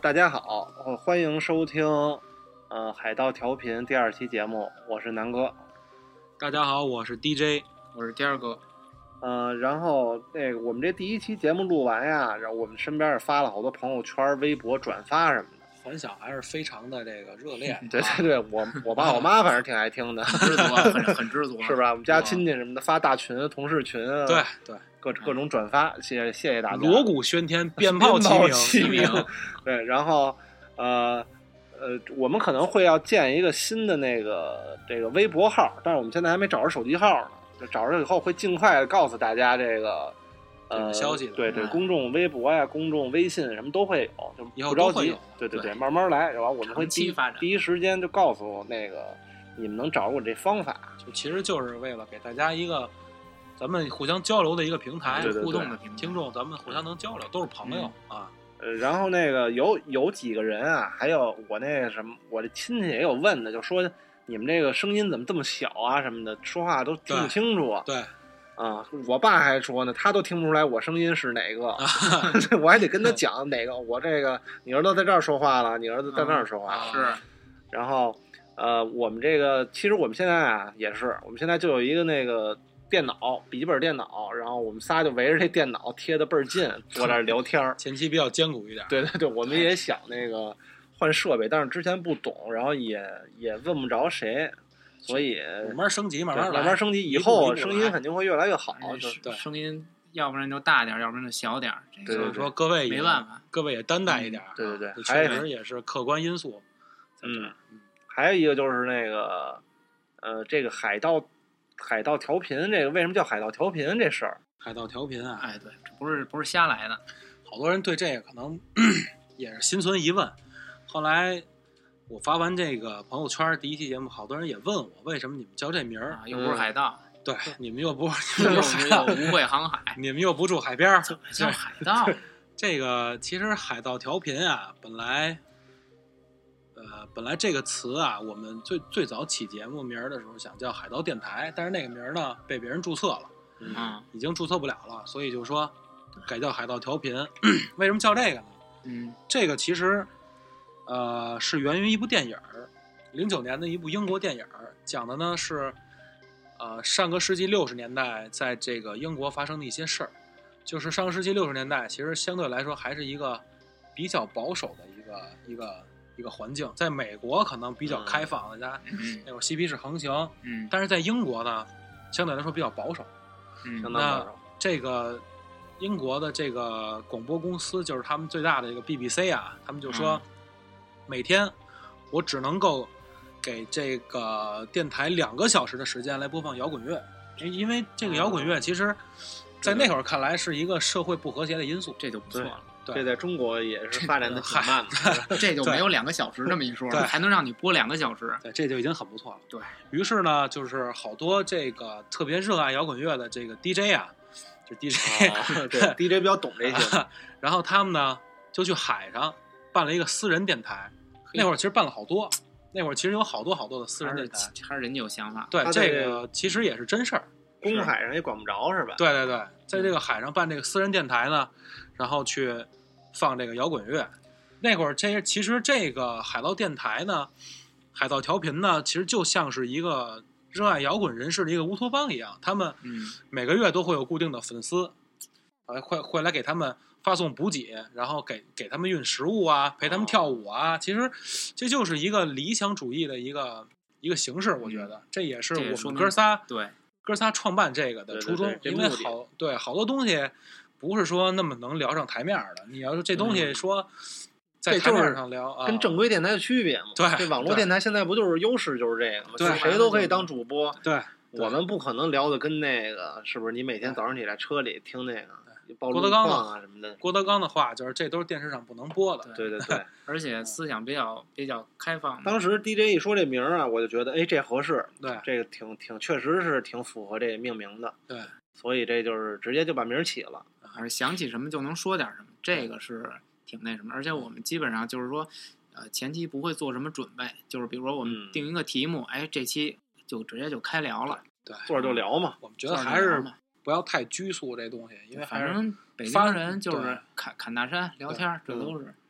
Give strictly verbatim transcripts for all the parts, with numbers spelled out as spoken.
大家好，呃欢迎收听呃海盗调频第二期节目，我是南哥。 大家好，我是 D J， 我是第二个。 呃，然后那个我们这第一期节目录完呀，然后我们身边也发了好多朋友圈、微博转发什么的， 反响还是非常的这个热烈。 对对对，我我爸我妈反正挺爱听的， 很知足，很很知足， 是吧？我们家亲戚什么的发大群、同事群啊， 对对， 各各种转发，谢谢谢谢大家。 锣鼓喧天，鞭炮齐鸣， 齐鸣。对，然后呃呃，我们可能会要建一个新的那个这个微博号，但是我们现在还没找着手机号呢。就找着以后会尽快告诉大家这个呃消息的。 对对，公众微博呀、公众微信什么都会有，就以后不着急。 都会有。 对对对，慢慢来，然后我们会第第一时间就告诉那个你们能找着我这方法。 就其实就是为了给大家一个咱们互相交流的一个平台， 对对对互动的平台， 听众咱们互相能交流，都是朋友、嗯、啊。 呃，然后那个有有几个人啊，还有我那个什么，我这亲戚也有问的，就说你们这个声音怎么这么小啊什么的，说话都听不清楚。 对。 啊，我爸还说呢，他都听不出来我声音是哪个，我还得跟他讲哪个。我这个你儿子在这儿说话了，你儿子在那儿说话了。 嗯、是。 然后呃，我们这个其实我们现在啊也是，我们现在就有一个那个电脑，笔记本电脑，然后我们仨就围着这电脑贴得倍儿近，坐这儿聊天。 前期比较艰苦一点。 对对对，我们也想那个换设备，但是之前不懂，然后也也问不着谁。所以慢慢升级，慢慢慢慢升级，以后声音肯定会越来越好。 对，声音要不然就大点，要不然就小点。 对对对， 所以说各位没办法， 各位也担待一点。 嗯、对对对， 确实也是客观因素。 嗯，还有一个就是那个呃，这个海盗海盗调频，这个为什么叫海盗调频这事儿？ 海盗调频啊， 哎，对，这不是不是瞎来的。 好多人对这个可能也是心存疑问，后来。我发完这个朋友圈第一期节目，好多人也问我为什么你们叫这名儿、 啊，又不是海盗。 嗯、对，你们又不是，又不会航海， 你们又不住海边儿， 怎么叫海盗？ 这个其实海盗调频啊，本来，呃，本来这个词啊，我们最最早起节目名儿的时候想叫海盗电台，但是那个名儿呢被别人注册了， 嗯， 已经注册不了了，所以就说改叫海盗调频。为什么叫这个呢？ 嗯， 这个其实。呃，是源于一部电影儿，零九年的一部英国电影儿，讲的呢是，呃，上个世纪六十年代在这个英国发生的一些事儿。就是上个世纪六十年代，其实相对来说还是一个比较保守的一个一个一个环境。在美国可能比较开放，大家、 嗯、 那会儿嬉皮士横行， 嗯， 但是在英国呢，相对来说比较保守， 嗯， 相当保守。 这个英国的这个广播公司，就是他们最大的这个 B B C 啊，他们就说。嗯每天我只能够给这个电台两个小时的时间来播放摇滚乐，因为这个摇滚乐其实在那会儿看来是一个社会不和谐的因素， 这就不错了。 对，这在中国也是发展的挺慢的， 这就没有两个小时这么一说，还能让你播两个小时， 对，这就已经很不错了。 对于是呢，就是好多这个特别热爱摇滚乐的这个 D J 啊，就 D J，、 哦、对D J 比较懂这些， 然后他们呢就去海上办了一个私人电台。那会儿其实办了好多，那会儿其实有好多好多的私人电台， 还是人家有想法。 对，这个其实也是真事儿， 公海上也管不着是吧？ 对对对，在这个海上办这个私人电台呢，然后去放这个摇滚乐。那会儿这其实这个海盗电台呢，海盗调频呢，其实就像是一个热爱摇滚人士的一个乌托邦一样，他们每个月都会有固定的粉丝，呃，会会来给他们。发送补给，然后给给他们运食物啊，陪他们跳舞啊，其实这就是一个理想主义的一个一个形式，我觉得、嗯、这也是我们哥仨对哥仨创办这个的初衷， 对对对， 因为好对好多东西不是说那么能聊上台面的，你要是这东西说在台面上聊， 嗯、跟正规电台的区别嘛。 对， 这网络电台现在不就是优势就是这个吗？对，谁都可以当主播。 对， 我们不可能聊的跟那个是不是？你每天早上起来车里听那个。 郭德纲啊什么的， 郭德纲的话就是这都是电视上不能播的。 对对对， 而且思想比较比较开放。 当时 D J 一说这名啊，我就觉得哎这合适， 对， 这个挺挺确实是挺符合这命名的。 对， 所以这就是直接就把名起了。 还是想起什么就能说点什么，这个是挺那什么。而且我们基本上就是说，呃，前期不会做什么准备，就是比如说我们定一个题目，嗯、哎，这期就直接就开聊了， 对， 坐着就聊嘛。 我们觉得还是不要太拘束这东西，因为反正北京人就是侃侃大山聊天，这都是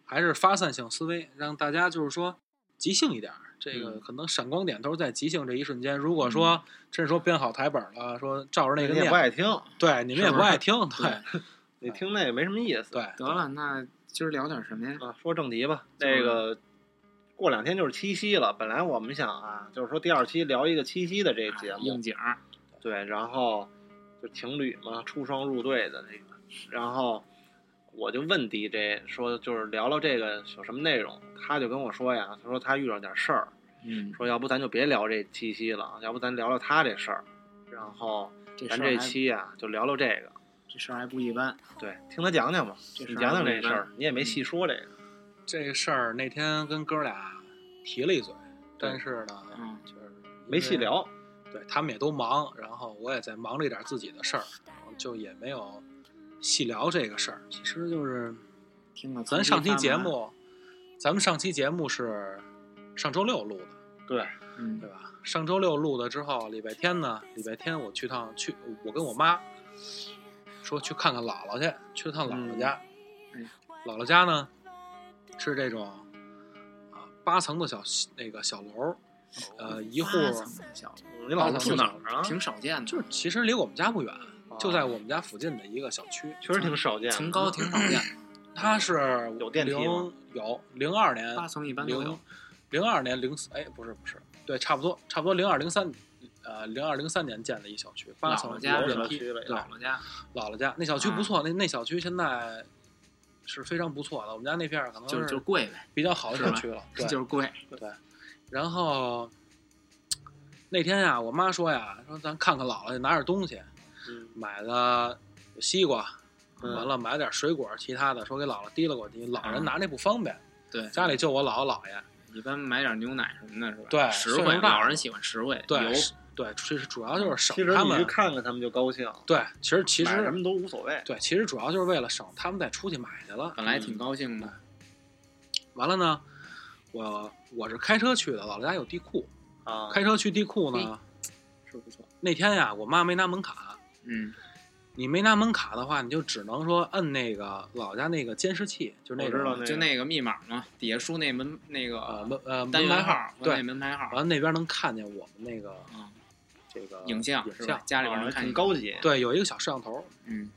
还是发散性思维，让大家就是说即兴一点。这个嗯可能闪光点都是在即兴这一瞬间。如果说真是说编好台本了，说照着那个你也念， 不爱听， 对，你们也不爱听，对， 你听那个没什么意思。 对， 得了，那今儿聊点什么呀？ 啊，说正题吧。这个过两天就是七夕了，本来我们想啊，就是说第二期聊一个七夕的这个节目， 应景儿。 对，然后就情侣嘛，出双入对的那个，然后我就问 D J 说，就是聊聊这个有什么内容，他就跟我说呀，他说他遇到点事儿， 嗯， 说要不咱就别聊这七夕了，要不咱聊聊他这事儿，然后咱这这事儿还期呀就聊聊这个， 这事儿还不一般。 对，听他讲讲吧， 这事儿你讲讲还不一般这事儿，你也没细说这个， 这个事儿那天跟哥俩提了一嘴，但是呢， 嗯， 就是没细聊。 对他们也都忙，然后我也在忙着一点自己的事儿，然后就也没有细聊这个事儿。其实就是听了咱上期节目，咱们上期节目是上周六录的， 对， 嗯对吧？上周六录的之后，礼拜天呢，礼拜天我去趟去，我跟我妈说去看看姥姥去，去趟姥姥家。 嗯， 姥姥家呢是这种啊八层的小那个小楼。呃，一户小， 你姥姥住哪儿啊？ 挺少见的， 就是其实离我们家不远，就在我们家附近的一个小区， 确实挺少见的。 层高挺少见。 它是有电梯吗？ 有，零二年八层一般都有。 零二年零四，哎，不是不是，对，差不多差不多零二零三，呃，零二零三年建的一小区，八层家电梯， 对，姥姥家， 姥姥家那小区不错，那那小区现在是非常不错的，我们家那片可能就就贵呗， 比较好的小区了，对， 就是贵， 对。然后那天呀，我妈说呀，说咱看看姥姥去，拿点东西， 嗯、 买的有西瓜， 嗯、 完了买点水果，其他的说给姥姥提了过去，老人拿那不方便。 对， 家里就我姥姥姥爷， 一般买点牛奶什么的，是吧？ 对， 实惠，老人喜欢实惠， 对油， 对，其实主要就是省其实他们你去看看他们就高兴。 对，其实其实买什么都无所谓。 对，其实主要就是为了省他们再出去买去了， 本来挺高兴的。 嗯、完了呢，我我是开车去的，姥姥家有地库啊， 开车去地库呢， 是不错。 那天呀，我妈没拿门卡， 嗯。 你没拿门卡的话，你就只能说摁那个老家那个监视器，就那个就那个密码嘛，底下输那门那个呃门呃单元号， 对， 门牌号。 完了那边能看见我们那个嗯这个影像影像， 家里边能看挺高级。 对，有一个小摄像头。 嗯。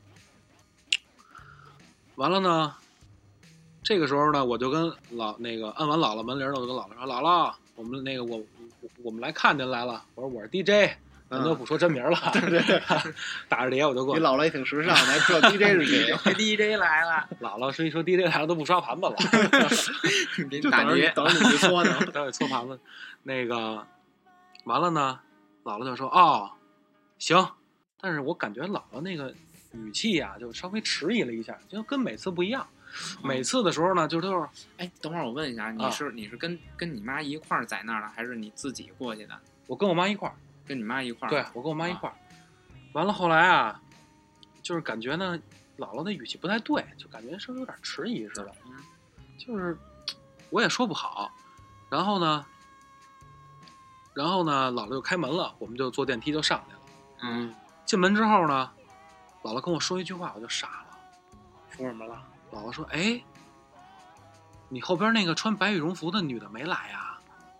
完了呢，这个时候呢，我就跟老那个按完姥姥门铃了，我就跟姥姥说：“姥姥，我们那个我我们来看您来了。”我说：“我是 D J。”咱就不说真名了， 对对对， 打着碟我就过。 你姥姥也挺时尚的，还知道 D J 是谁 ？D J 来了， 姥姥说一说 D J 来了都不刷盘子了， 就等着等着你去搓呢， 等着搓盘子。那个完了呢，姥姥就说：“哦，行。”但是我感觉姥姥那个语气呀、啊，就稍微迟疑了一下，就跟每次不一样。每次的时候呢，就都是…… 哎，等会儿我问一下，你是、啊、你是跟跟你妈一块儿在那儿的，还是你自己过去的？ 我跟我妈一块儿。 跟你妈一块儿， 对，我跟我妈一块儿、啊。完了后来啊，就是感觉呢，姥姥的语气不太对，就感觉是有点迟疑似的。 嗯， 就是我也说不好。然后呢，然后呢，姥姥就开门了，我们就坐电梯就上去了。 嗯， 进门之后呢，姥姥跟我说一句话，我就傻了。 说什么了？ 姥姥说：“哎，你后边那个穿白羽绒服的女的没来呀？”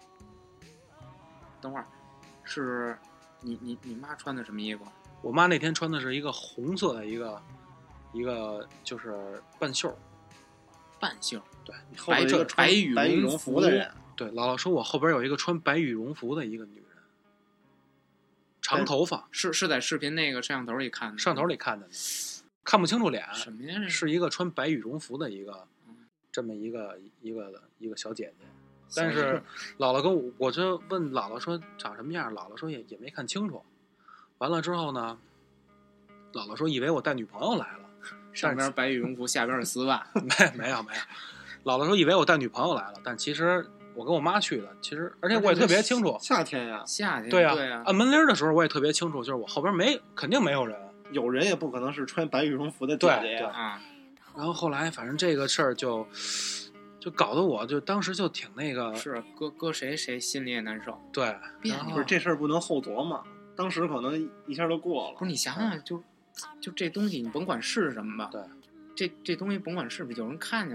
等会儿。是你你你妈穿的什么衣服？ 我妈那天穿的是一个红色的一个一个就是半袖， 半袖。 对， 后边一个白羽白羽绒服的人。 对，姥姥说我后边有一个穿白羽绒服的一个女人，长头发。 是是在视频那个摄像头里看的。 摄像头里看的，看不清楚脸。 什么呀？ 是一个穿白羽绒服的一个，这么一个一个一个小姐姐。但是姥姥跟我，我就问姥姥说长什么样，姥姥说也也没看清楚。完了之后呢，姥姥说以为我带女朋友来了， 上边白羽绒服，下边是丝袜。 没没有没有，姥姥说以为我带女朋友来了，但其实我跟我妈去的，其实而且我也特别清楚， 夏天呀， 夏天对呀、 啊，对呀， 按门铃的时候我也特别清楚，就是我后边没肯定没有人， 有人也不可能是穿白羽绒服的姐姐呀啊。 然后后来反正这个事儿就。就搞得我就当时就挺那个， 是搁搁谁谁心里也难受。 对， 不是这事儿不能后琢磨，当时可能一下就过了。 不是你想想，就就这东西，你甭管是什么吧， 对， 这这东西甭管是不是有人看见了，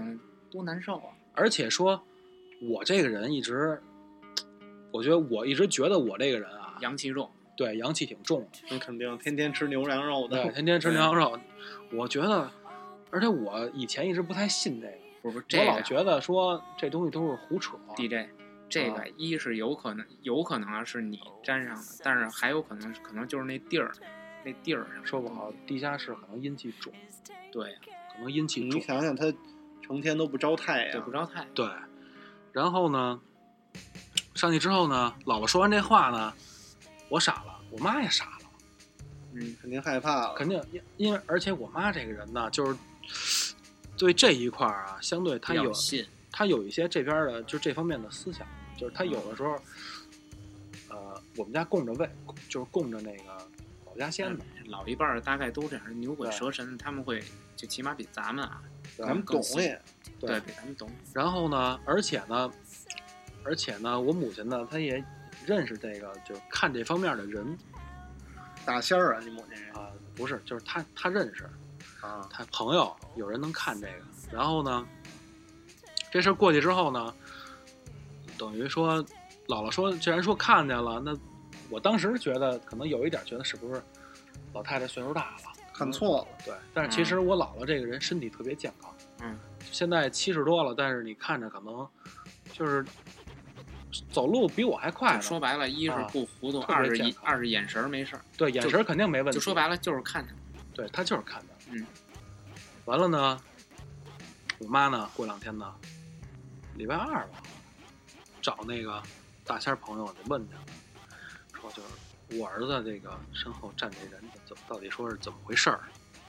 多难受啊！ 而且说，我这个人一直，我觉得我一直觉得我这个人啊， 阳气重， 对，阳气挺重的。 那肯定天天吃牛羊肉的， 对，天天吃牛羊肉。我觉得，而且我以前一直不太信这个， 不是不是、这个， 我老觉得说这东西都是胡扯。 D J， 这个一是有可能，有可能是你沾上的，但是还有可能可能就是那地儿，那地儿说不好，地下室可能阴气重。 对， 可能阴气重。 你想想，他成天都不招太阳， 对，不招太阳。 对，然后呢，上去之后呢，姥姥说完这话呢，我傻了，我妈也傻了。 嗯，肯定害怕了， 肯定，因为而且我妈这个人呢，就是对这一块儿啊，相对她有她有一些这边的，就这方面的思想，就是她有的时候，嗯、呃，我们家供着位，就是供着那个保家仙的， 嗯、老一辈儿大概都这样，牛鬼蛇神他们会就起码比咱们啊， 咱们懂也， 对，对比咱们懂。 然后呢，而且呢，而且呢，我母亲呢，她也认识这个，就是看这方面的人。 大仙儿啊，你母亲是啊？不是，就是他，他认识啊， 他朋友有人能看这个。然后呢，这事过去之后呢，等于说，姥姥说，既然说看见了，那我当时觉得可能有一点觉得是不是老太太岁数大了， 看错了。 对，但是其实我姥姥这个人身体特别健康， 嗯， 现在七十多了，但是你看着可能就是走路比我还快呢。 说白了，一是不糊涂， 啊、 二是二是眼神没事儿。 对，眼神肯定没问题。 就说白了就是看见， 对他就是看见。 嗯， 完了呢，我妈呢，过两天呢，礼拜二吧，找那个大仙朋友就问去了，说就是我儿子这个身后站这人，怎到底说是怎么回事儿？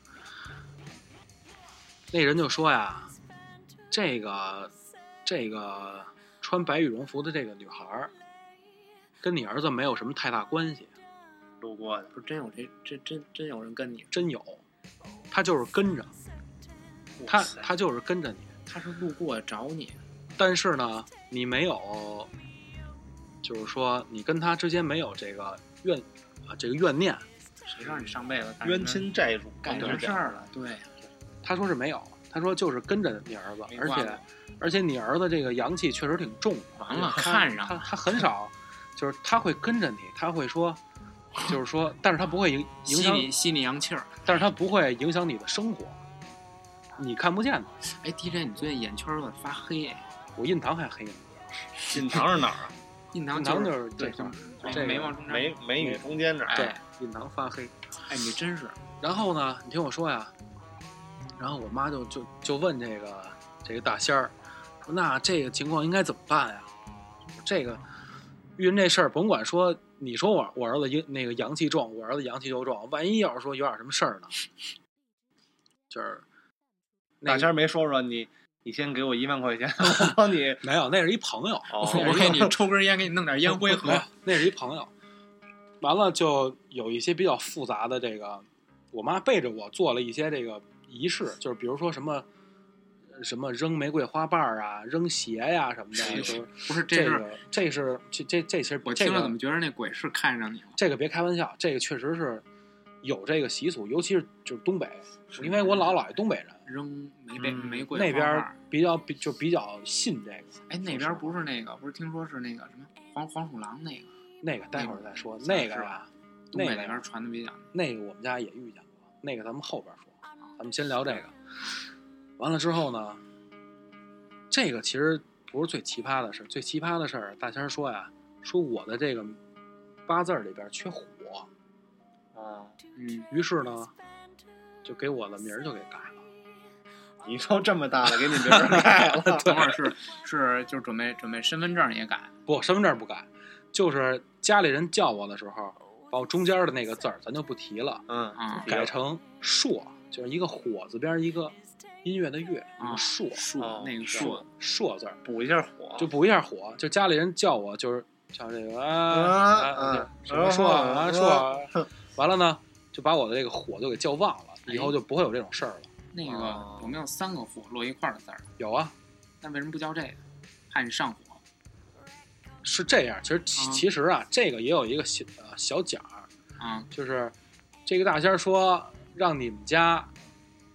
那人就说呀，这个这个。穿白羽绒服的这个女孩跟你儿子没有什么太大关系。 路过的不是真有这真真真有人跟你？ 真有，他就是跟着，他他就是跟着你， 他是路过找你。 但是呢，你没有，就是说你跟他之间没有这个怨啊这个怨念。 谁让你上辈子冤亲债主干什么事儿了？对， 他说是没有，他说就是跟着你儿子，而且。而且你儿子这个阳气确实挺重的， 完了看上他他很少，就是他会跟着你，他会说，就是说，但是他不会影影响你吸你阳气儿， 但是他不会影响你的生活，你看不见的。 哎 ，D J， 你最近眼圈有点发黑哎， 我印堂还黑呢。 印堂是哪儿啊？ 印堂就是对， 这眉毛中间， 眉眉宇中间这儿， 对，印堂发黑。 哎，你真是。 然后呢，你听我说呀，然后我妈就就就问这个这个大仙儿。那这个情况应该怎么办呀？这个遇人这事儿，甭管说你说我我儿子阴那个阳气重，我儿子阳气就重，万一要是说有点什么事儿呢？就是、那个、 大仙没说说你，你先给我一万块钱，我帮你。 没有，那是一朋友， 哦、 我给你抽根烟，给你弄点烟灰盒。 那是一朋友。完了就有一些比较复杂的这个，我妈背着我做了一些这个仪式，就是比如说什么。什么扔玫瑰花瓣啊，扔鞋呀、啊、什么的，就是不是这个，这是这这这其实我听了怎么觉得那鬼是看上你了？ 这个别开玩笑，这个确实是有这个习俗，尤其是就是东北，因为我姥姥也东北人， 扔玫瑰玫瑰那边比较比就比较信这个。 哎，那边不是那个，不是听说是那个什么黄黄鼠狼那个？ 那个待会儿再说，那个呀， 东北那边传的比较。 那个我们家也遇见过，那个咱们后边说，咱们先聊这个。完了之后呢，这个其实不是最奇葩的事，最奇葩的事儿，大仙说呀，说我的这个八字里边缺火， 啊， 嗯， 于是呢，就给我的名儿就给改了。 你都这么大了，给你名儿改了？ 等会儿是是就准备准备身份证也改？ 不，身份证不改，就是家里人叫我的时候，把我中间的那个字儿咱就不提了， 嗯啊， 改成硕，就是一个火字边一个。音乐的乐， 啊， 硕硕、哦、那个硕硕字补一下火， 就补一下火。就家里人叫我，就是叫这个啊啊， 啊什么硕啊硕，完了呢，就把我的这个火就给叫忘了，以后就不会有这种事儿了。 那个有没有三个火落一块的字儿？ 有啊， 那为什么不叫这个？怕你上火？ 是这样，其实其、啊、其实啊，这个也有一个小呃小讲啊， 就是这个大仙说让你们家。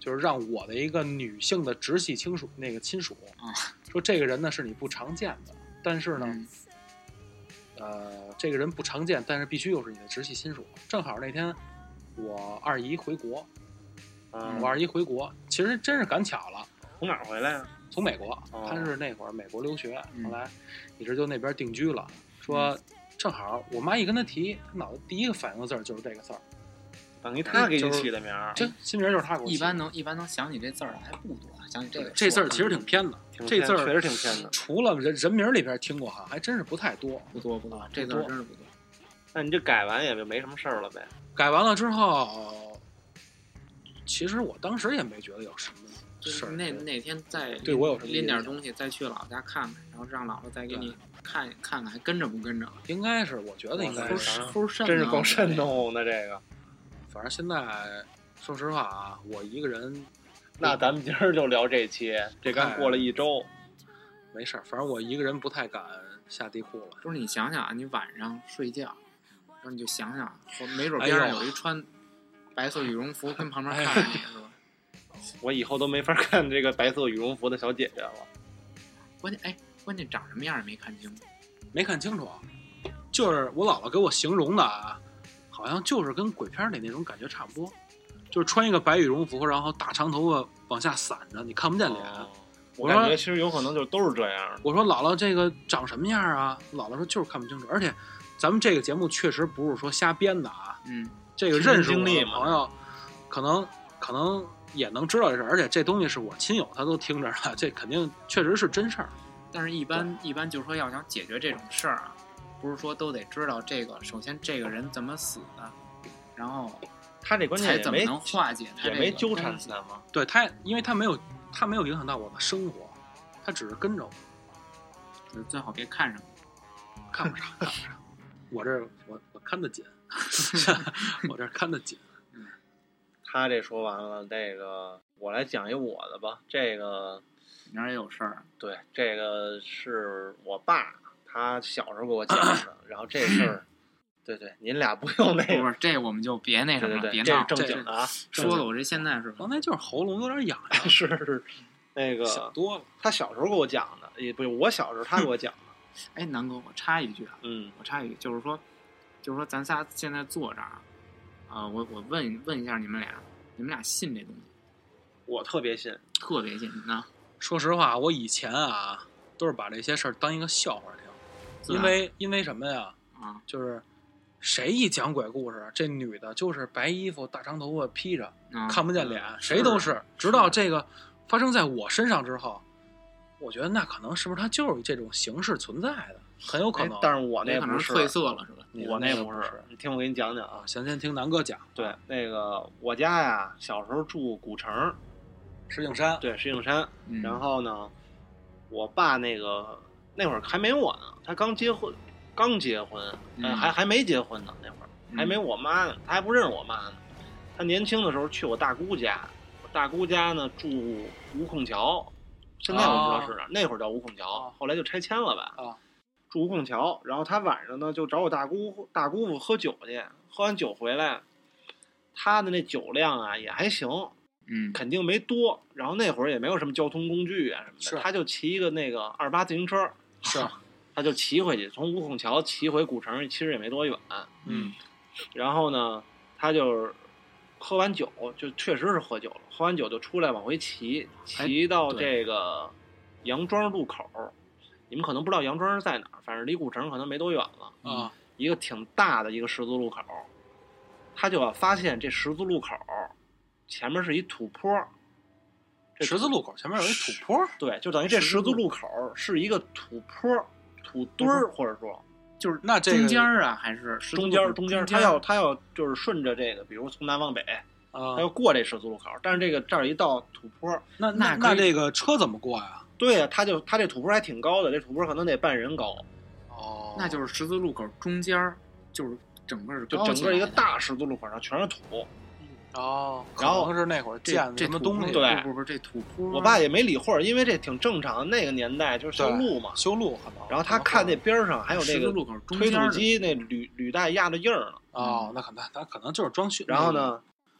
就是让我的一个女性的直系亲属那个亲属啊， 说这个人呢是你不常见的，但是呢。 嗯呃，这个人不常见，但是必须又是你的直系亲属。正好那天我二姨回国， 嗯， 我二姨回国，其实真是赶巧了。 从哪儿回来呀？ 从美国， 哦她是那会儿美国留学， 嗯后来一直就那边定居了。说正好我妈一跟她提，她脑子第一个反应的字儿就是这个字儿， 等于他给你起的名儿， 这新名就是她给我起的。 一般能一般能想起这字儿还不多，想起这个这字儿其实挺偏的， 挺这字儿确实挺偏的。 除了人人名里边听过哈，还真是不太多， 不多不多，这字儿真是不多。 那你这改完也就没什么事儿了呗？ 改完了之后，其实我当时也没觉得有什么事儿。 那那天再对我有什么拎点东西，再去姥姥家看看，然后让姥姥再给你看看看，还跟着不跟着？ 应该是，我觉得应该齁是， 齁瘆， 真是够瘆得慌的这个。 反正现在说实话啊，我一个人， 那咱们今儿就聊这期，这刚过了一周， 没事儿，反正我一个人不太敢下地库了。 不是你想想啊，你晚上睡觉，然后你就想想，我没准边上有一穿白色羽绒服跟旁边看着你，是吧？ 我以后都没法看这个白色羽绒服的小姐姐了。 关键哎，关键长什么样也没看清楚， 没看清楚，就是我姥姥给我形容的啊，好像就是跟鬼片里那种感觉差不多，就是穿一个白羽绒服，然后大长头发往下散着，你看不见脸。 哦、我感觉其实有可能就都是这样的。 我说姥姥这个长什么样啊？姥姥说就是看不清楚，而且咱们这个节目确实不是说瞎编的啊。 嗯， 这个认识我经历的朋友，可能可能也能知道这事儿，而且这东西是我亲友他都听着了，这肯定确实是真事儿。 但是一般一般就是说要想解决这种事儿啊，不是说都得知道这个，首先这个人怎么死的，然后他这关键才怎么能化解他这个也没纠缠他吗？ 对他，因为他没有他没有影响到我的生活，他只是跟着我， 就是最好别看上， 看不上看不上。我这我我看得紧，我这看得紧。 他这说完了，这个我来讲一我的吧。这个你那儿也有事儿， 对，这个是我爸他小时候给我讲的，然后这事儿，对对，您俩不用那个， 不是这我们就别那什么了， 对对对， 别闹， 这是正经的啊。 说的我这现在是刚才就是喉咙有点痒痒， 是是那个想多了。 他小时候给我讲的，也不是我小时候他给我讲的。 哎，南哥，我插一句啊， 嗯， 我插一句，就是说，就是说，咱仨现在坐这儿啊、呃，我我问问一下你们俩，你们俩信这东西？ 我特别信， 特别信，你呢？ 说实话，我以前啊都是把这些事儿当一个笑话听，因为因为什么呀？ 啊， 就是谁一讲鬼故事，这女的就是白衣服、大长头发披着， 啊看不见脸， 嗯谁都是。直到这个发生在我身上之后，我觉得那可能是不是它就是这种形式存在的，很有可能。 哎但是我那可能不是褪色了，是吧？ 我那不是，你听我给你讲讲啊。 先先听南哥讲。 对，那个我家呀，小时候住古城， 石景山。 对，石景山。 嗯、 然后呢，我爸那个那会儿还没我呢，他刚结婚，刚结婚， 嗯呃、还还没结婚呢，那会儿还没我妈呢，他还不认识我妈呢。他年轻的时候去我大姑家，我大姑家呢住吴孔桥，现在我不知道是哪、哦，那会儿叫吴孔桥、哦，后来就拆迁了吧。 啊， 住吴孔桥，然后他晚上呢就找我大姑大姑父喝酒去，喝完酒回来，他的那酒量啊也还行。 嗯， 肯定没多，然后那会儿也没有什么交通工具啊什么的，他就骑一个那个二八自行车， 是， 他就骑回去，从吴孔桥骑回古城，其实也没多远。 嗯， 然后呢，他就喝完酒，就确实是喝酒了，喝完酒就出来往回骑，骑到这个杨庄路口，你们可能不知道杨庄是在哪儿，反正离古城可能没多远了啊， 一个挺大的一个十字路口，他就要发现这十字路口。前面是一土坡， 十字路口前面有一土坡， 对，就等于这十字路口是一个土坡、土堆儿，或者说就是那这中间啊，还是中间中间，他要他要就是顺着这个，比如从南往北， 啊， 他要过这十字路口，但是这个这儿一道土坡， 那那那这个车怎么过呀？ 对呀，他就他这土坡还挺高的，这土坡可能得半人高。 哦， 那就是十字路口中间，就是整个是就整个一个大十字路口上全是土。 哦， 然后是那会儿建什么东西？ 对， 不不不，这土坡， 我爸也没理会，因为这挺正常。那个年代就是修路嘛， 修路很然后他看那边上还有那个推土机那履履带压的印儿呢。 哦，那可能他可能就是装修。 然后呢，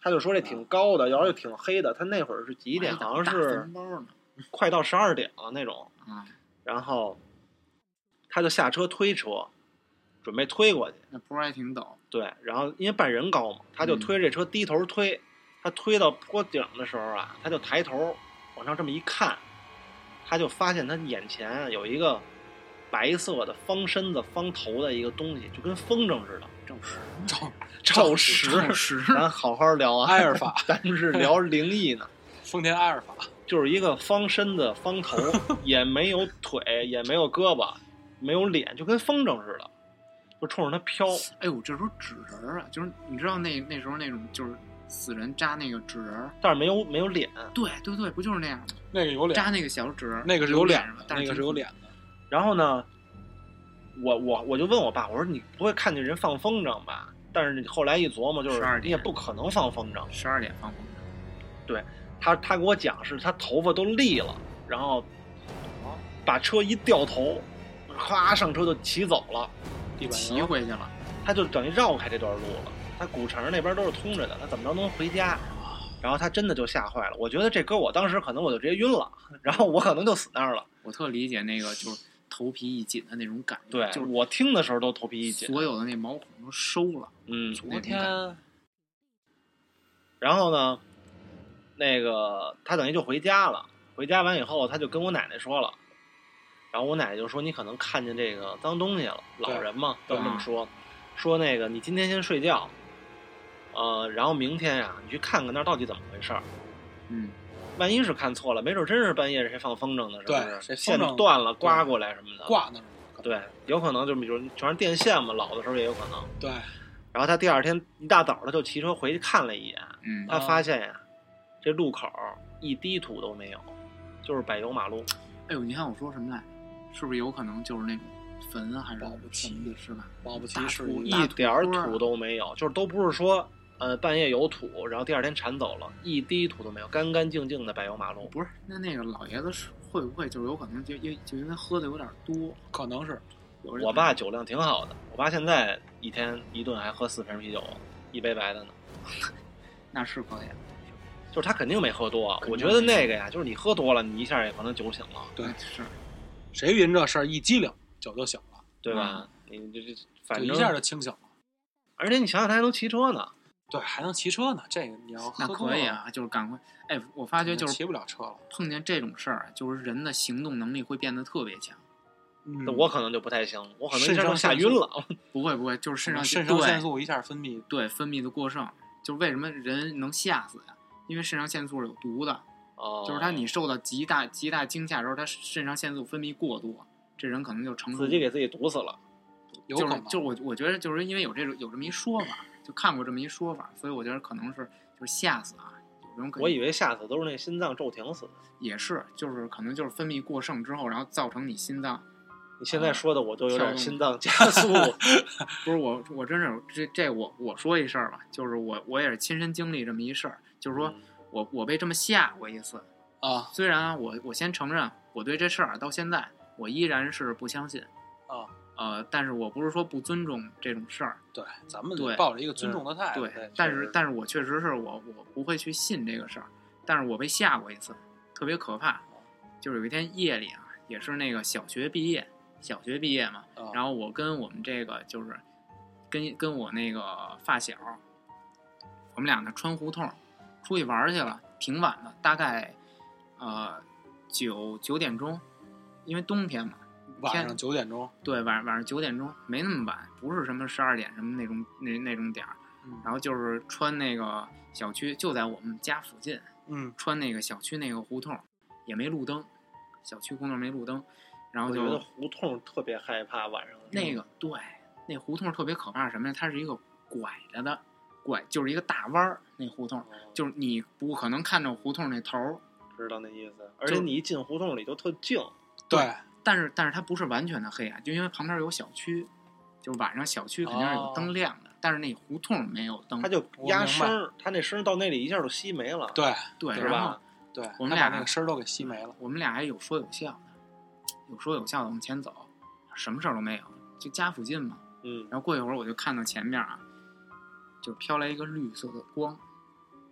他就说这挺高的，然后又挺黑的。他那会儿是几点？好像是快到十二点了那种。 啊， 然后他就下车推车，准备推过去。 那坡还挺陡。 对，然后因为半人高嘛，他就推着这车低头推。嗯、他推到坡顶的时候啊，他就抬头往上这么一看，他就发现他眼前有一个白色的方身子方头的一个东西，就跟风筝似的。 照石， 照照石， 照石。 咱好好聊啊， 埃尔法， 咱们是聊灵异呢。 丰田埃尔法就是一个方身子方头，也没有腿，也没有胳膊，没有脸，就跟风筝似的，就冲着他飘。 哎呦，这时候纸人啊，就是你知道那那时候那种就是死人扎那个纸人， 但是没有没有脸。 对对对，不就是那样吗？ 那个有脸， 扎那个小纸人， 那个是有脸的， 那个是有脸的。 然后呢，我我我就问我爸，我说你不会看见人放风筝吧？但是后来一琢磨，就是你也不可能放风筝， 十二点放风筝。 对他，他给我讲是他头发都立了，然后把车一掉头，咵上车就骑走了， 骑回去了， 他就等于绕开这段路了。他古城那边都是通着的，他怎么着能回家？然后他真的就吓坏了。我觉得这搁我当时可能我就直接晕了，然后我可能就死那儿了。 我特理解那个就是头皮一紧的那种感觉。 对， 就是我听的时候都头皮一紧， 所有的那毛孔都收了。 嗯， 昨天， 然后呢，那个他等于就回家了。回家完以后，他就跟我奶奶说了，然后我奶奶就说：“你可能看见这个脏东西了，老人嘛都这么说。说那个你今天先睡觉，呃，然后明天呀、啊，你去看看那儿到底怎么回事儿。 嗯， 万一是看错了，没准真是半夜谁放风筝呢，是不是？ 谁线断了，刮过来什么的， 挂那儿。 对，有可能就比如全是电线嘛，老的时候也有可能。 对。 然后他第二天一大早他就骑车回去看了一眼， 嗯， 他发现呀，这路口一滴土都没有，就是柏油马路。 哎呦，你看我说什么来？是不是有可能就是那种坟啊，还是保不齐是吧？ 保不齐是一点土都没有，就是都不是说呃半夜有土，然后第二天铲走了，一滴土都没有，干干净净的柏油马路。 不是，那那个老爷子是会不会就是有可能就因就因为喝的有点多， 可能是。 我爸酒量挺好的，我爸现在一天一顿还喝四瓶啤酒，一杯白的呢。 那是可以， 就是他肯定没喝多。我觉得那个呀，就是你喝多了，你一下也可能酒醒了。 对， 是。 谁遇这事儿一激灵，酒就醒了， 对吧？嗯、你这这反正一下就清醒了。 而且你想想，他还能骑车呢。 对，还能骑车呢。这个你要喝那可以啊，就是赶快。哎，我发觉就是骑不了车了。 碰见这种事儿，就是人的行动能力会变得特别强。 那、嗯、我可能就不太行，我可能一下就吓晕了。 不会不会，就是肾上肾上腺素一下分泌， 对分泌的过剩。就是为什么人能吓死呀？因为肾上腺素是有毒的。 哦。 就是他你受到极大极大惊吓的时候，他肾上腺素分泌过多，这人可能就成自己给自己毒死了。 有可能。 就是就是我我觉得就是因为有这种有这么一说法，就看过这么一说法，所以我觉得可能是就是吓死啊。有种可能我以为吓死都是那心脏骤停死的。 也是，就是可能就是分泌过剩之后，然后造成你心脏。 你现在说的我就有点心脏加速。 不是我，我真是这这我我说一事儿吧，就是我我也是亲身经历这么一事儿，就是说、嗯、我我被这么吓过一次啊。 虽然我我先承认我对这事儿到现在我依然是不相信啊， 呃，但是我不是说不尊重这种事儿， 对，咱们抱着一个尊重的态度。 对，对但是但是我确实是我我不会去信这个事儿，但是我被吓过一次，特别可怕。就是有一天夜里啊，也是那个小学毕业。小学毕业嘛， 哦、 然后我跟我们这个就是跟跟我那个发小，我们俩呢穿胡同出去玩去了，挺晚的，大概呃九九点钟，因为冬天嘛， 晚上九点钟， 对，晚晚上九点钟，没那么晚，不是什么十二点什么那种那那种点儿、 嗯， 然后就是穿那个小区就在我们家附近， 嗯， 穿那个小区那个胡同，也没路灯，小区胡同没路灯。然后就我觉得胡同特别害怕晚上。 那个对，那胡同特别可怕什么呀？它是一个拐着的，拐就是一个大弯儿。那胡同、哦、就是你不可能看着胡同那头， 知道那意思。而且你一进胡同里就特静。 对，但是但是它不是完全的黑暗，就因为旁边有小区，就晚上小区肯定是有灯亮的，哦、但是那胡同没有灯， 它就压声，它那声到那里一下就吸没了。 对对， 是吧？ 对， 我们俩那个声都给吸没了。 我们俩还有说有笑的。有说有笑的往前走，什么事儿都没有，就家附近嘛。 嗯。 然后过一会儿我就看到前面啊，就飘来一个绿色的光，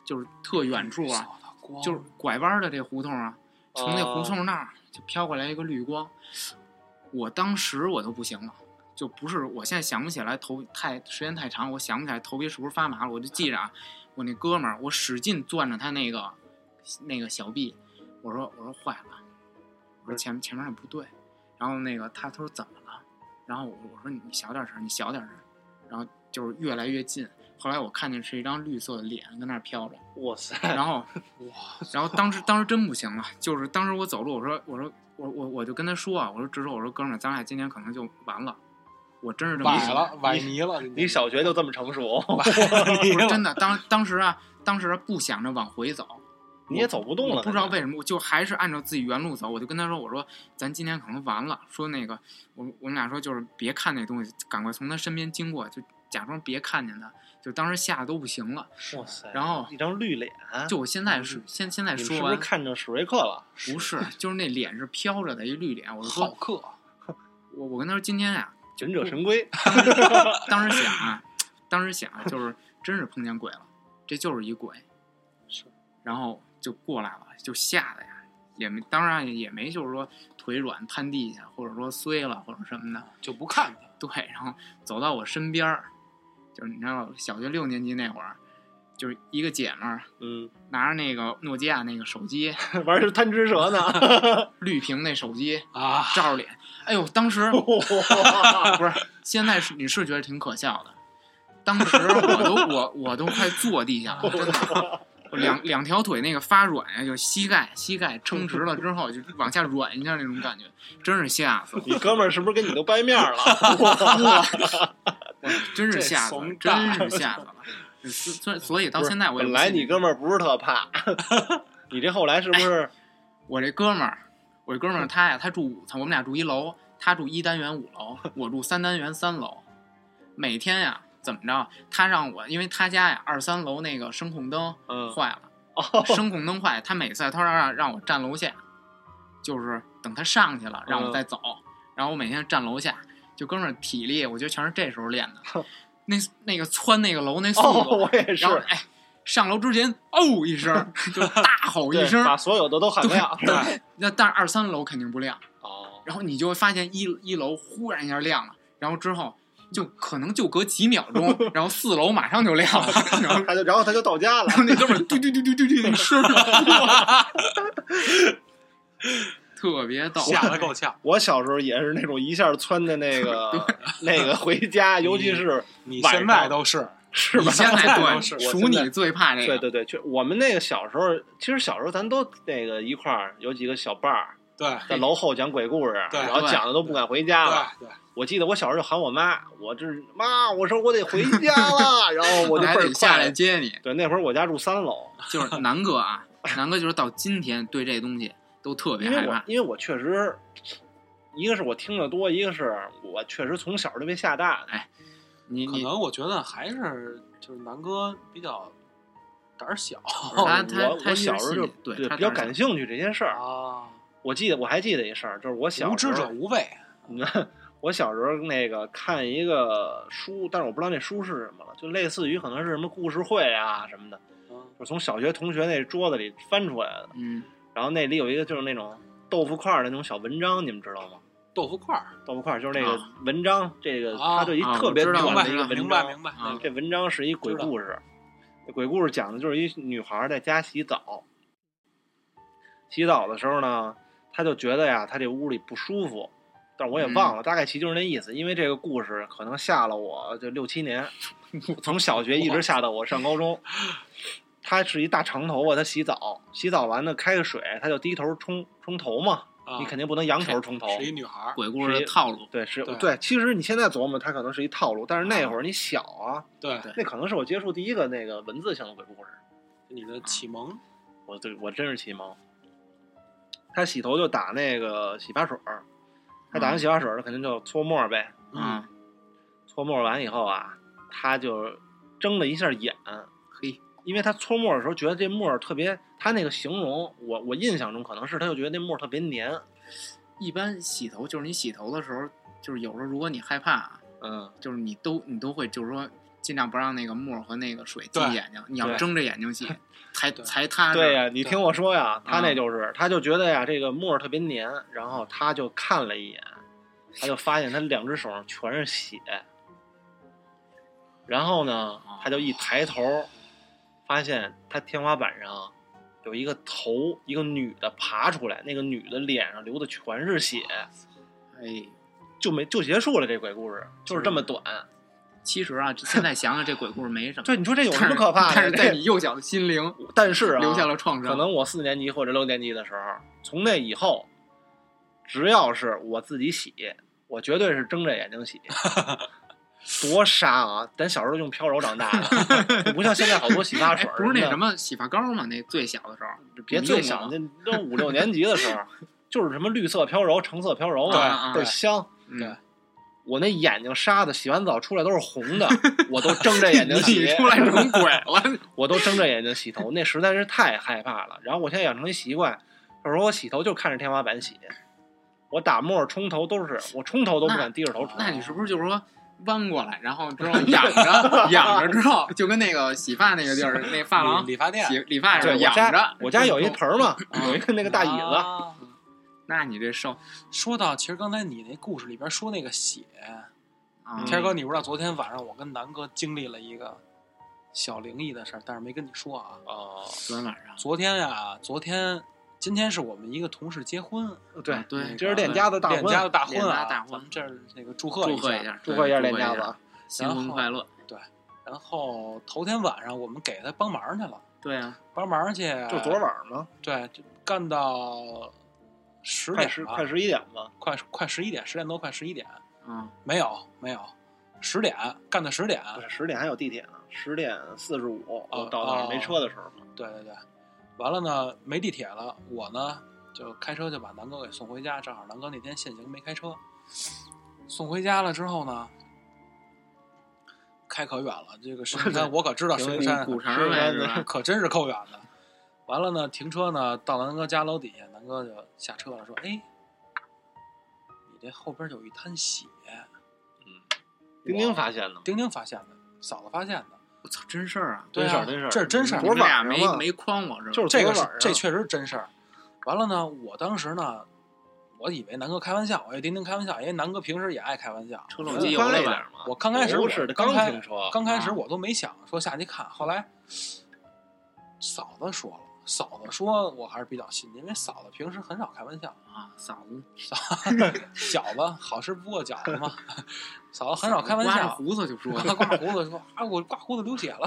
就是特远处啊，就是拐弯的这胡同啊，从那胡同那儿就飘过来一个绿光，我当时我都不行了。就不是，我现在想不起来头太时间太长，我想不起来头皮是不是发麻了。我就记着啊，我那哥们儿，我使劲攥着他那个那个小臂，我说我说坏了，我说前前面那不对，然后那个他他说怎么了？然后我我说你小点声，你小点声，然后就是越来越近。后来我看见是一张绿色的脸跟那儿飘着， 哇塞！ 然后哇，然后当时当时真不行了，就是当时我走路，我说我说我我我就跟他说啊，我说直说我说哥们儿，咱俩今天可能就完了。我真是这么崴了，崴泥了。 你小学就这么成熟？ 我真的当当时啊，当时不想着往回走， 你也走不动了。 不知道为什么，我就还是按照自己原路走。我就跟他说：“我说咱今天可能完了。”说那个，我我们俩说就是别看那东西，赶快从他身边经过，就假装别看见他。就当时吓得都不行了。 哇塞！ 然后一张绿脸。 就我现在是现现在说完， 是不是看着史瑞克了？ 不是，就是那脸是飘着的一绿脸。我说好客。 我我跟他说今天呀。 忍者神龟， 当时想啊，当时想啊，就是真是碰见鬼了，这就是一鬼， 是， 然后就过来了，就吓得呀，也没，当然也没就是说腿软瘫地下，或者说碎了或者什么的， 就不看他。 对，然后走到我身边，就是你知道小学六年级那会儿，就是一个姐们儿， 嗯， 拿着那个诺基亚那个手机， 玩是贪吃蛇呢， 绿屏那手机啊， 照着脸。哎呦，当时不是，现在是你是觉得挺可笑的，当时我都我我都快坐地下了，真的，我两两条腿那个发软呀，就膝盖膝盖撑直了之后就往下软一下那种感觉，真是吓死了。 你哥们儿是不是跟你都掰面了？ 我真是吓死了，真是吓死了。所所以到现在我也本来你哥们儿不是特怕，你这后来是不是？ 哎、我这哥们儿。我这哥们儿他呀，他住五层，我们俩住一楼，他住一单元五楼，我住三单元三楼。每天呀，怎么着？他让我，因为他家呀二三楼那个声控灯坏了， 嗯、 声控灯坏，他每次他让让我站楼下，就是等他上去了，让我再走。嗯、然后我每天站楼下，就哥们儿体力，我觉得全是这时候练的。那那个窜那个楼那速度， 哦、我也是。 然后哎。上楼之前，哦一声，就大吼一声， 把所有的都喊亮。 对，那但是二三楼肯定不亮。 哦。 然后你就会发现一一楼忽然一下亮了，然后之后就可能就隔几秒钟，然后四楼马上就亮了，然后他就然后他就到家了， 然后那哥们儿嘟嘟嘟嘟嘟嘟那声，特别逗， 吓得够呛。 我小时候也是那种一下窜的那个那个回家，尤其是你现在都是。 是吧？ 现在对， 属你最怕这个。 对对对，就我们那个小时候，其实小时候咱都那个一块儿有几个小伴儿， 对， 在楼后讲鬼故事， 对， 然后讲的都不敢回家了。 对，对我记得我小时候就喊我妈，我这妈，我说我得回家了，然后我就倍儿快下来接你。 对，那会儿我家住三楼， 就是南哥啊，南哥就是到今天对这东西都特别害怕， 因为我确实，一个是我听得多，一个是我确实从小就被吓大的。 哎，你可能我觉得还是。就是南哥比较胆儿小， 他他我我小时候就对比较感兴趣这件事儿啊。 我记得我还记得一事儿，就是我小时候无知者无畏。 我小时候那个看一个书，但是我不知道那书是什么了，就类似于可能是什么故事会啊什么的， 嗯、 就从小学同学那桌子里翻出来的。 嗯， 然后那里有一个就是那种豆腐块的那种小文章，你们知道吗？ 豆腐块， 豆腐块就是那个文章，啊、这个啊、 它就一特别短的一个文章。 明白明白。 啊、这文章是一鬼故事，鬼故事讲的就是一女孩在家洗澡，洗澡的时候呢，她就觉得呀，她这屋里不舒服，但是我也忘了， 嗯、 大概其就是那意思。因为这个故事可能吓了我就六七年，从小学一直吓到我上高中。她是一大长头发，她洗澡，洗澡完呢开个水，她就低头冲冲头嘛。 啊、 你肯定不能仰头冲头， 是一女孩， 鬼故事的套路， 对，是对, 对。其实你现在琢磨，它可能是一套路，但是那会儿你小啊， 对， 那可能是我接触第一个那个文字性的鬼故事， 你的启蒙， 我对我真是启蒙。他洗头就打那个洗发水，他打完洗发水，他肯定就搓沫呗， 嗯， 搓沫完以后啊，他就睁了一下眼， 嘿。 因为他搓沫的时候觉得这沫特别，他那个形容我我印象中可能是他就觉得那沫特别黏。 一般洗头就是你洗头的时候，就是有时候如果你害怕， 嗯， 就是你都你都会就是说尽量不让那个沫和那个水进眼睛，你要对睁着眼睛洗，才才踏实。 对呀，你听我说呀，他那嗯就是，他就觉得呀，这个沫特别黏，然后他就看了一眼，他就发现他两只手上全是血，然后呢，他就一抬头，发现他天花板上有一个头，一个女的爬出来，那个女的脸上流的全是血， 哎， 就没就结束了，这鬼故事就是这么短。 其实啊，现在想想这鬼故事没什么。 对，你说这有什么可怕的？ 但是在你幼小的心灵， 但是啊， 留下了创伤。 可能我四年级或者六年级的时候，从那以后，只要是我自己洗，我绝对是睁着眼睛洗。多杀啊！咱小时候用飘柔长大的，不像现在好多洗发水、 哎。不是那什么洗发膏吗？那最小的时候， 别最小，那都五六年级的时候，就是什么绿色飘柔、橙色飘柔啊，倍儿香。 对。 我那眼睛杀的，洗完澡出来都是红的，我都睁着眼睛洗。 你出来成鬼了， 我都睁着眼睛洗头，那实在是太害怕了。然后我现在养成一习惯，就是说我洗头就看着天花板洗，我打沫冲头都是，我冲头都不敢低着头冲。 那你是不是就是说弯过来，然后之后仰着仰着之后，就跟那个洗发那个地儿，那发廊理发店洗理发是仰着？我家有一盆嘛，有一个那个大椅子。 啊那你这受说到，其实刚才你那故事里边说那个血， 啊， 天哥，你不知道昨天晚上我跟南哥经历了一个小灵异的事儿，但是没跟你说啊。 哦， 昨天晚上， 昨天呀，昨天，今天是我们一个同事结婚， 对对， 这是恋家的大婚， 恋家的大婚啊， 大婚， 咱们这儿那个祝贺祝贺一下， 祝贺一下恋家子， 新婚快乐。 对，然后头天晚上我们给他帮忙去了， 对啊， 帮忙去， 就昨晚吗？ 对，干到。十点快快十一点吧， 快快十一点，十点多快十一点。 嗯， 没有没有，十点干到十点， 不是十点还有地铁呢，十点四十五哦到那儿没车的时候嘛。 对对对，完了呢，没地铁了，我呢就开车就把南哥给送回家，正好南哥那天限行没开车，送回家了之后呢，开可远了，这个石景山我可知道石景山古城呗， 可真是够远的。完了呢，停车呢，到南哥家楼底下，南哥就下车了，说：“哎，你这后边有一滩血。” 嗯，丁丁发现的， 丁丁发现的，嫂子发现的。 我操，真事儿啊！ 真事儿，真事儿， 这是真事儿。 昨晚没没诓我， 就是这个是这确实是真事儿。完了呢，我当时呢，我以为南哥开玩笑，我以为丁丁开玩笑，因为南哥平时也爱开玩笑。 车漏机油了吧？ 我刚开始我刚停车， 刚开始我都没想说下去看，后来嫂子说了。嫂子说，我还是比较信，因为嫂子平时很少开玩笑啊。嫂子， 嫂饺子好吃不过饺子嘛。嫂子很少开玩笑， 刮胡子就说， 刮胡子说啊，我刮胡子流血了。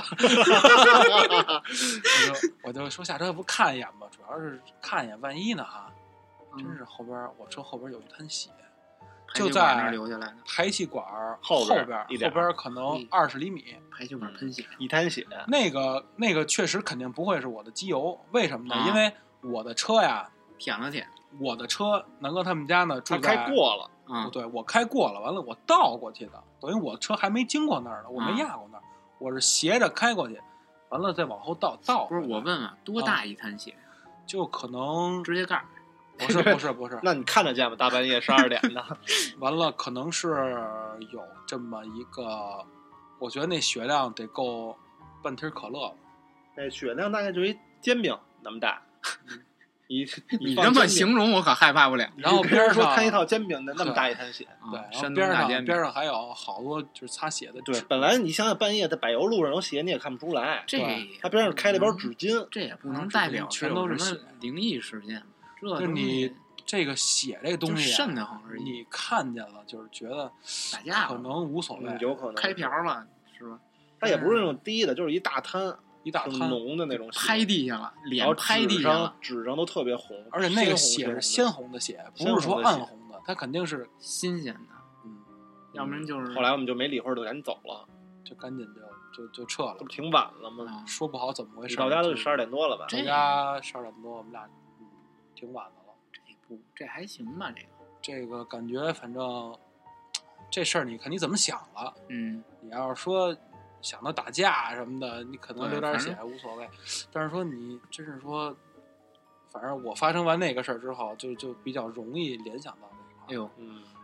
我就我就说下车不看一眼吧，主要是看一眼，万一呢哈。真是后边我车后边有一滩血，就在流下来的排气管后边后边可能二十厘米， 排气管喷血， 一滩血。 那个那个确实肯定不会是我的机油，为什么呢？因为我的车呀， 舔了舔， 我的车南哥他们家呢住在开过了， 嗯，对我开过了，完了我倒过去的，等于我车还没经过那儿呢，我没压过那儿，我是斜着开过去，完了再往后倒倒。 不是我问问，多大一滩血？ 就可能指甲盖。 不是不是不是， 那你看得见吗？大半夜十二点的， 完了可能是有这么一个，我觉得那血量得够半瓶可乐了。 那血量大概就一煎饼那么大。你你这么形容我可害怕不了。 然后边上说摊一套煎饼的那么大一滩血， 对，然后边上边上还有好多就是擦血的。 对，本来你想想半夜在柏油路上有血你也看不出来， 这他边上开了包纸巾， 这也不能代表全都是什么灵异事件。 就你这个血这个东西、啊， 瘆得慌而已。 你看见了，就是觉得打架可能无所谓， 有可能开瓢了，是吧？ 它也不是那种低的，就是一大滩， 一大滩浓的那种血， 拍地下了，脸拍地下了， 纸上都特别红， 而且那个血是鲜红的血，不是说暗红的，它肯定是新鲜的。 嗯， 要不然就是后来我们就没理会，就赶紧走了， 就赶紧就就就撤了。 这不挺晚了吗？ 说不好怎么回事。 到家都十二点多了吧？ 到家十二点多，我们俩嗯挺晚的了。 不，这还行吧？这个， 这个感觉，反正这事儿你看你怎么想了？ 嗯， 你要是说想到打架什么的，你可能流点血无所谓。但是说你真是说，反正我发生完那个事儿之后，就就比较容易联想到那个。 哎呦， 嗯，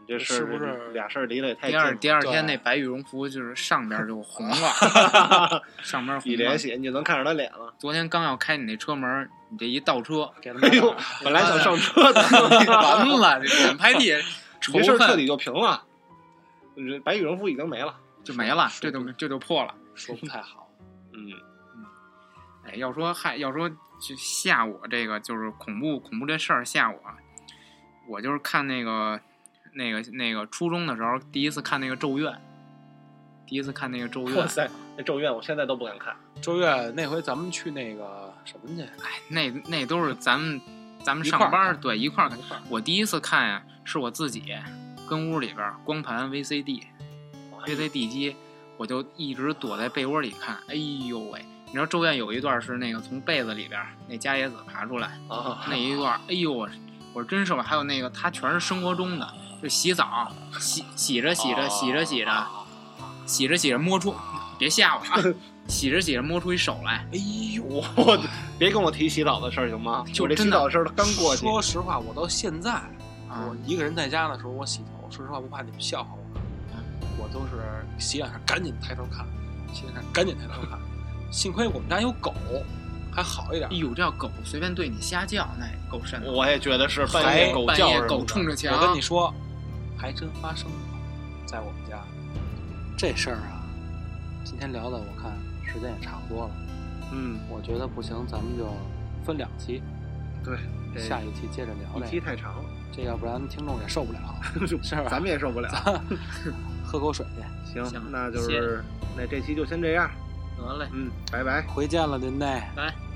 这事是不是俩事儿离得也太第近了？ 二第二天那白羽绒服就是上边就红了，上边红了。 一联系你就能看着他脸了。 昨天刚要开你那车门，你这一倒车， 给他们哎呦，本来想上车的， 完了，这脸拍地仇这事儿彻恨底就平了。这白羽绒服已经没了， 就没了，这就这就破了。 说不太好。 嗯， 哎，要说还要说就吓我这个就是恐怖恐怖这事儿吓我，我就是看那个那个那个初中的时候第一次看那个《咒怨》，第一次看那个《咒怨》。 哇塞，那咒怨我现在都不敢看。 咒怨那回咱们去那个什么去？ 哎，那那都是咱们咱们一块儿上班对一块儿看一块儿。 我第一次看呀，是我自己跟屋里边光盘 V C D，V C D 机，我就一直躲在被窝里看。哎呦喂！你知道咒怨有一段是那个从被子里边那伽椰子爬出来啊， 那一段，哎呦我我真受不了。还有那个他全是生活中的，就洗澡洗洗着洗着洗着洗着洗着洗着摸出，别吓我啊！洗着洗着摸出一手来， 哎呦， 我别跟我提洗澡的事儿行吗？我这洗就真的澡的事儿刚过去。 说实话，我到现在， 啊我一个人在家的时候，我洗头，说实话不怕你们笑话我，我都是洗两下赶紧抬头看，洗两下赶紧抬头看。幸亏我们家有狗，还好一点哎。呦，这要狗随便对你瞎叫，那也够瘆的。 我也觉得是半夜狗半夜狗叫什么的冲着墙， 我跟你说，还真发生了，在我们家这事儿啊。今天聊的我看时间也差不多了， 嗯， 我觉得不行，咱们就分两期， 对，这下一期接着聊一这个， 期太长了， 这要不然听众也受不了，是吧？ 咱们也受不了。 喝口水去， 行， 行那就谢谢是那这期就先这样。 得嘞， 嗯，拜拜。 回见了您嘞。 拜。